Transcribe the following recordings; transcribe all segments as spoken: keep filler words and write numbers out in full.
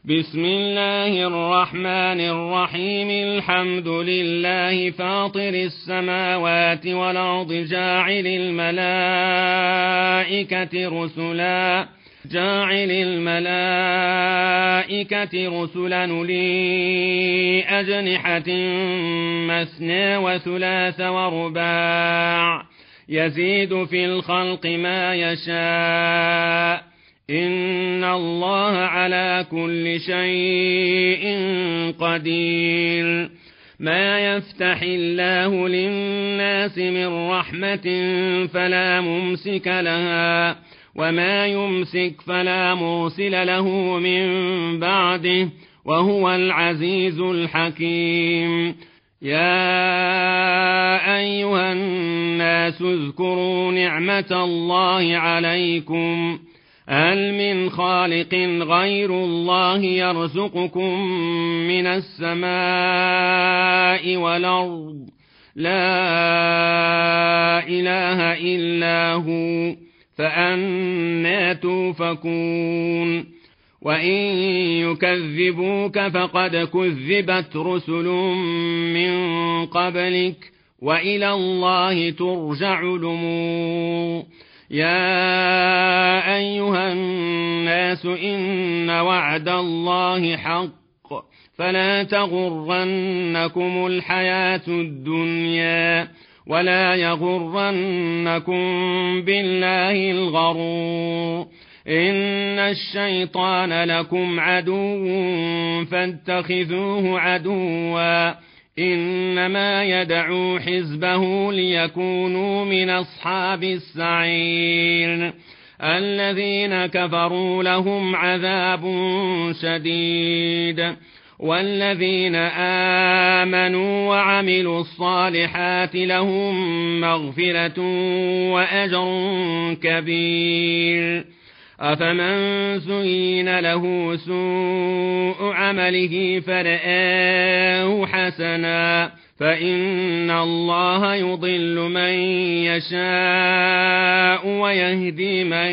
بسم الله الرحمن الرحيم الحمد لله فاطر السماوات والأرض جاعل الملائكة رسلا جاعل الملائكة رسلا أولي أجنحة مثنى وثلاث ورباع يزيد في الخلق ما يشاء إن الله على كل شيء قدير. ما يفتح الله للناس من رحمة فلا ممسك لها وما يمسك فلا مرسل له من بعده وهو العزيز الحكيم. يا أيها الناس اذكروا نعمة الله عليكم هل من خالق غير الله يرزقكم من السماء والأرض لا إله إلا هو فأنى توفكون. وإن يكذبوك فقد كذبت رسل من قبلك وإلى الله ترجع الأمور. يا أيها الناس إن وعد الله حق فلا تغرنكم الحياة الدنيا ولا يغرنكم بالله الغرور. إن الشيطان لكم عدو فاتخذوه عدوا إنما يدعو حزبه ليكونوا من أصحاب السعير. الذين كفروا لهم عذاب شديد والذين آمنوا وعملوا الصالحات لهم مغفرة وأجر كبير. أفمن زين له سوء عمله فرآه حسنا فإن الله يضل من يشاء ويهدي من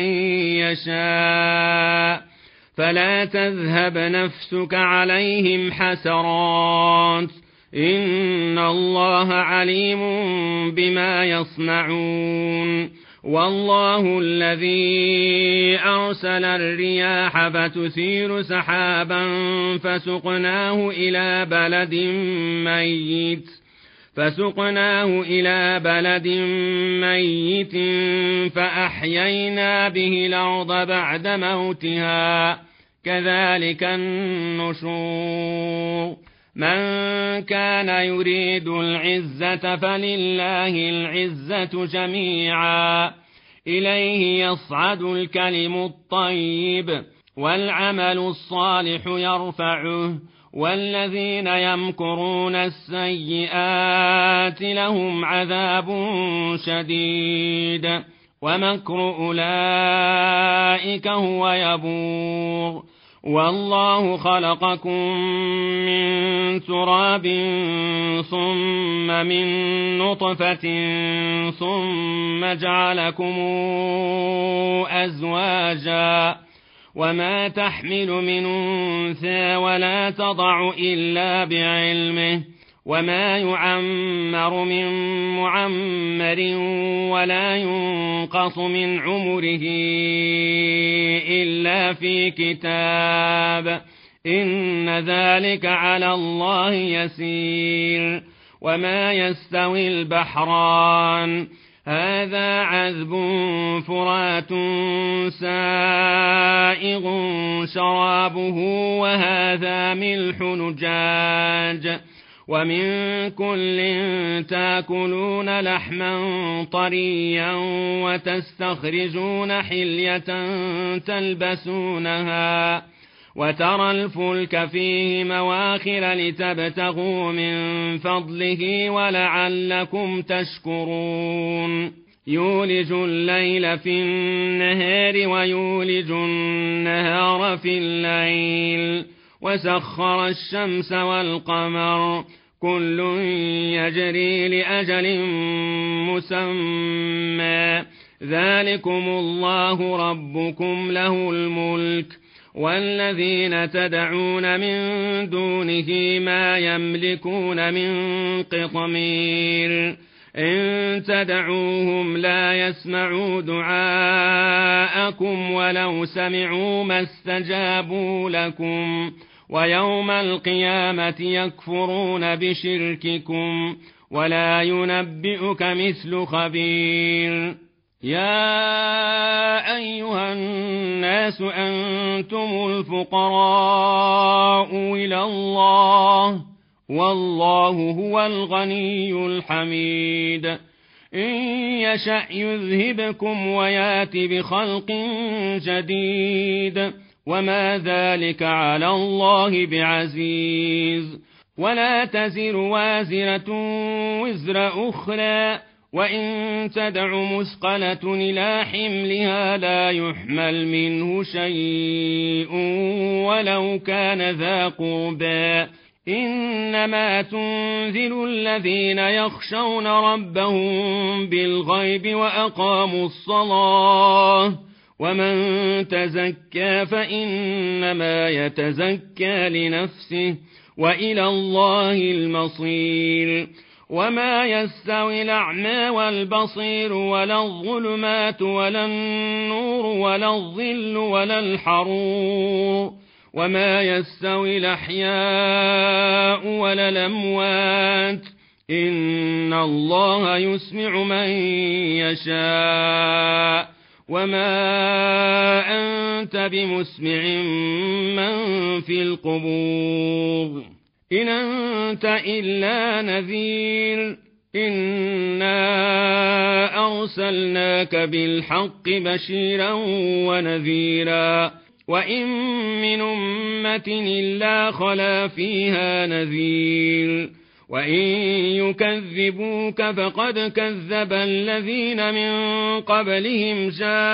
يشاء فلا تذهب نفسك عليهم حسرات إن الله عليم بما يصنعون. والله الذي أرسل الرياح فتثير سحابا فسقناه إلى بلد ميت فسقناه إلى بلد ميت فأحيينا به الأرض بعد موتها كذلك النشور. من كان يريد العزة فلله العزة جميعا إليه يصعد الكلم الطيب والعمل الصالح يرفعه والذين يمكرون السيئات لهم عذاب شديد ومكر أولئك هو يبور. والله خلقكم من تراب ثم من نطفة ثم جعلكم أزواجا وما تحمل من أنثى ولا تضع إلا بعلمه وما يعمر من معمر ولا ينقص من عمره إلا في كتاب إن ذلك على الله يسير. وما يستوي البحران هذا عذب فرات سائغ شرابه وهذا ملح نجاج ومن كل تاكلون لحما طريا وتستخرجون حلية تلبسونها وترى الفلك فيه مواخر لتبتغوا من فضله ولعلكم تشكرون. يولج الليل في النهار ويولج النهار في الليل وسخر الشمس والقمر كل يجري لأجل مسمى ذلكم الله ربكم له الملك والذين تدعون من دونه ما يملكون من قطمير إن تدعوهم لا يسمعوا دعاءكم ولو سمعوا ما استجابوا لكم ويوم القيامة يكفرون بشرككم ولا ينبئك مثل خبير. يا أيها الناس أنتم الفقراء إلى الله والله هو الغني الحميد إن يشأ يذهبكم ويات بخلق جديد وما ذلك على الله بعزيز. ولا تزر وازرة وزر أخرى وإن تدع مثقلة إلى حملها لا يحمل منه شيء ولو كان ذا قربى إنما تنذر الذين يخشون ربهم بالغيب وأقاموا الصلاة ومن تزكى فإنما يتزكى لنفسه وإلى الله المصير. وما يستوي الأعمى والبصير ولا الظلمات ولا النور ولا الظل ولا الحرور وما يستوي الأحياء ولا الأموات إن الله يسمع من يشاء وما أنت بمسمع من في القبور إن أنت إلا نذير إنا أرسلناك بالحق بشيرا ونذيرا وإن من أمة إلا خلا فيها نذير وإن يكذبوك فقد كذب الذين من قبلهم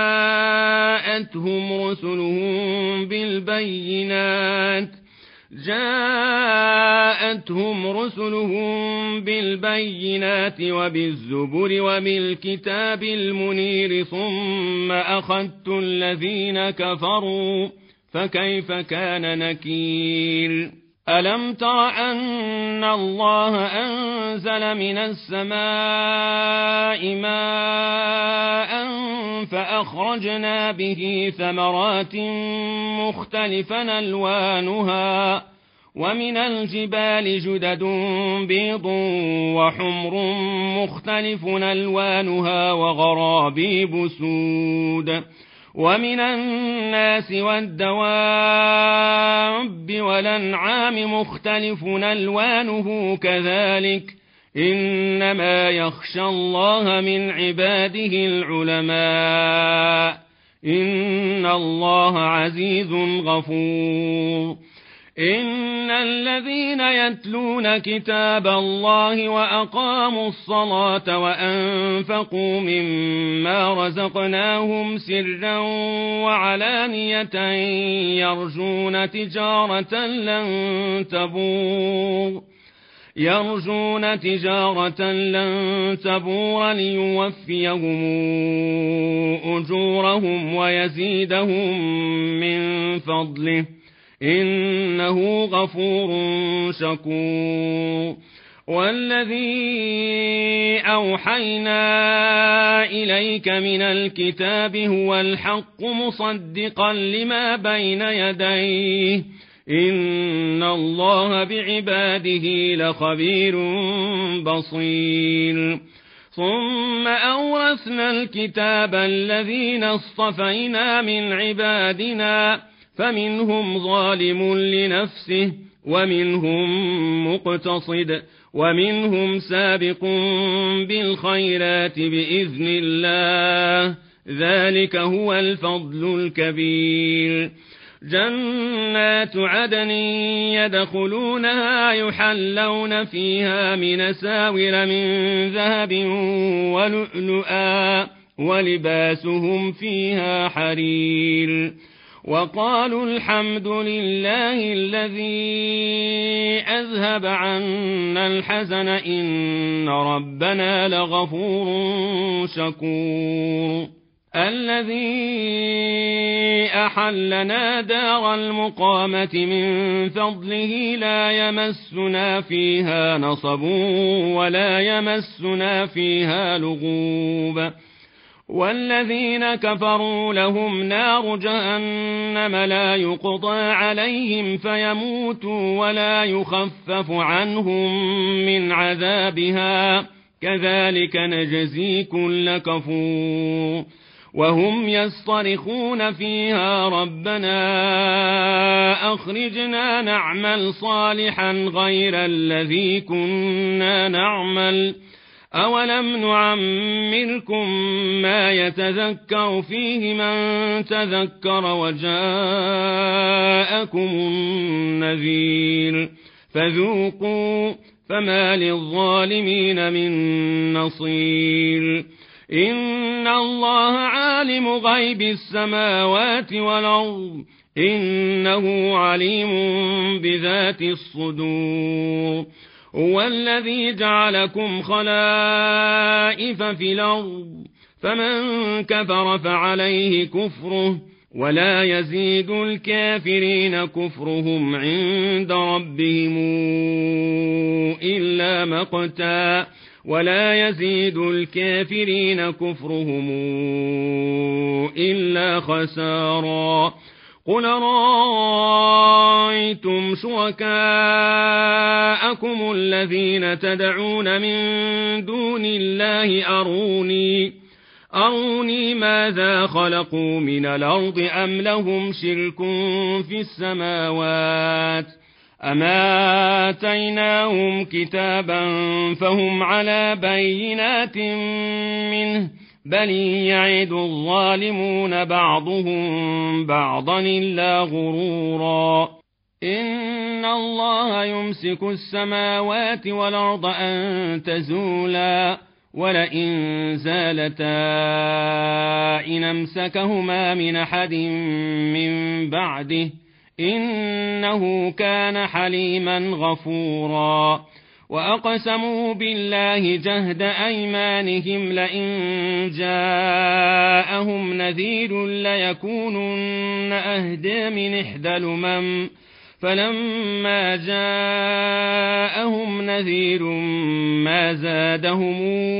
جاءتهم رسلهم بالبينات جاءتهم رسلهم بالبينات وبالزبر وبالكتاب المنير ثم أخذت الذين كفروا فكيف كان نكير. ألم تر أن الله أنزل من السماء ماء فأخرجنا به ثمرات مختلفا ألوانها ومن الجبال جدد بيض وحمر مختلف ألوانها وغرابيب سود ومن الناس والدواب والأنعام مختلف ألوانه كذلك إنما يخشى الله من عباده العلماء إن الله عزيز غفور. إن الذين يتلون كتاب الله وأقاموا الصلاة وأنفقوا مما رزقناهم سرا وعلانية يرجون تجارة لن تبور يرجون تجارة لن تبور ليوفيهم أجورهم ويزيدهم من فضله إنه غفور شكور. والذي أوحينا إليك من الكتاب هو الحق مصدقا لما بين يديه إن الله بعباده لخبير بصير. ثم أورثنا الكتاب الذين اصطفينا من عبادنا فمنهم ظالم لنفسه ومنهم مقتصد ومنهم سابق بالخيرات بإذن الله ذلك هو الفضل الكبير. جنات عدن يدخلونها يحلون فيها من ساور من ذهب ولؤلؤا ولباسهم فيها حرير. وقالوا الحمد لله الذي أذهب عنا الحزن إن ربنا لغفور شكور. الذي أحلنا دار المقامة من فضله لا يمسنا فيها نصب ولا يمسنا فيها لغوب والذين كفروا لهم نار جهنم لا يقضى عليهم فيموتوا ولا يخفف عنهم من عذابها كذلك نجزي كل كفور وهم يصطرخون فيها ربنا أخرجنا نعمل صالحا غير الذي كنا نعمل أولم نعمركم ما يتذكر فيه من تذكر وجاءكم النذير فذوقوا فما للظالمين من نصير إن الله عالم غيب السماوات والأرض إنه عليم بذات الصدور هو الذي جعلكم خلائف في الأرض فمن كفر فعليه كفره ولا يزيد الكافرين كفرهم عند ربهم إلا مقتا ولا يزيد الكافرين كفرهم إلا خسارا قل رأيتم شركاءكم الذين تدعون من دون الله أروني أروني ماذا خلقوا من الأرض أم لهم شرك في السماوات أما آتيناهم كتابا فهم على بينات منه بل يعد الظالمون بعضهم بعضا إلا غرورا إن الله يمسك السماوات والأرض أن تزولا ولئن زالتا إن أمسكهما من أحد من بعده إنه كان حليما غفورا وأقسموا بالله جهد أيمانهم لئن جاءهم نذير ليكونن أهدى من إحدى الأمم فلما جاءهم نذير ما زادهم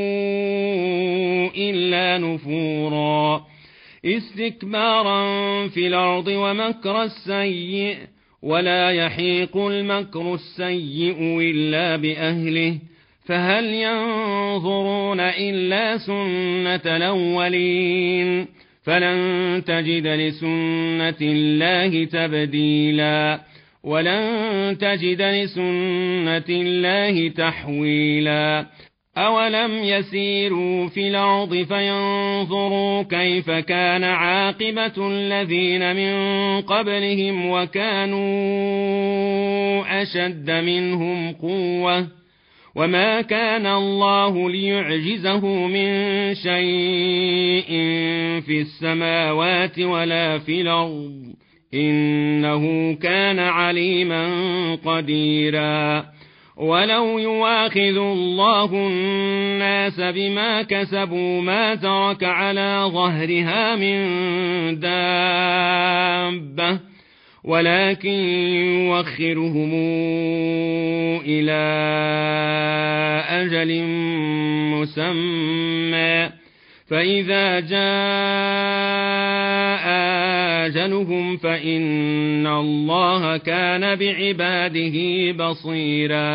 إلا نفورا استكبارا في الأرض ومكر السيء ولا يحيق المكر السيء إلا بأهله فهل ينظرون إلا سنة الأولين فلن تجد لسنة الله تبديلا ولن تجد لسنة الله تحويلا أولم يسيروا في الأرض فينظروا كيف كان عاقبة الذين من قبلهم وكانوا أشد منهم قوة وما كان الله ليعجزه من شيء في السماوات ولا في الأرض إنه كان عليما قديرا ولو يواخذ الله الناس بما كسبوا ما ترك على ظهرها من دابة ولكن يوخرهم إلى أجل مسمى فإذا جاء أجلهم فإن الله كان بعباده بصيرا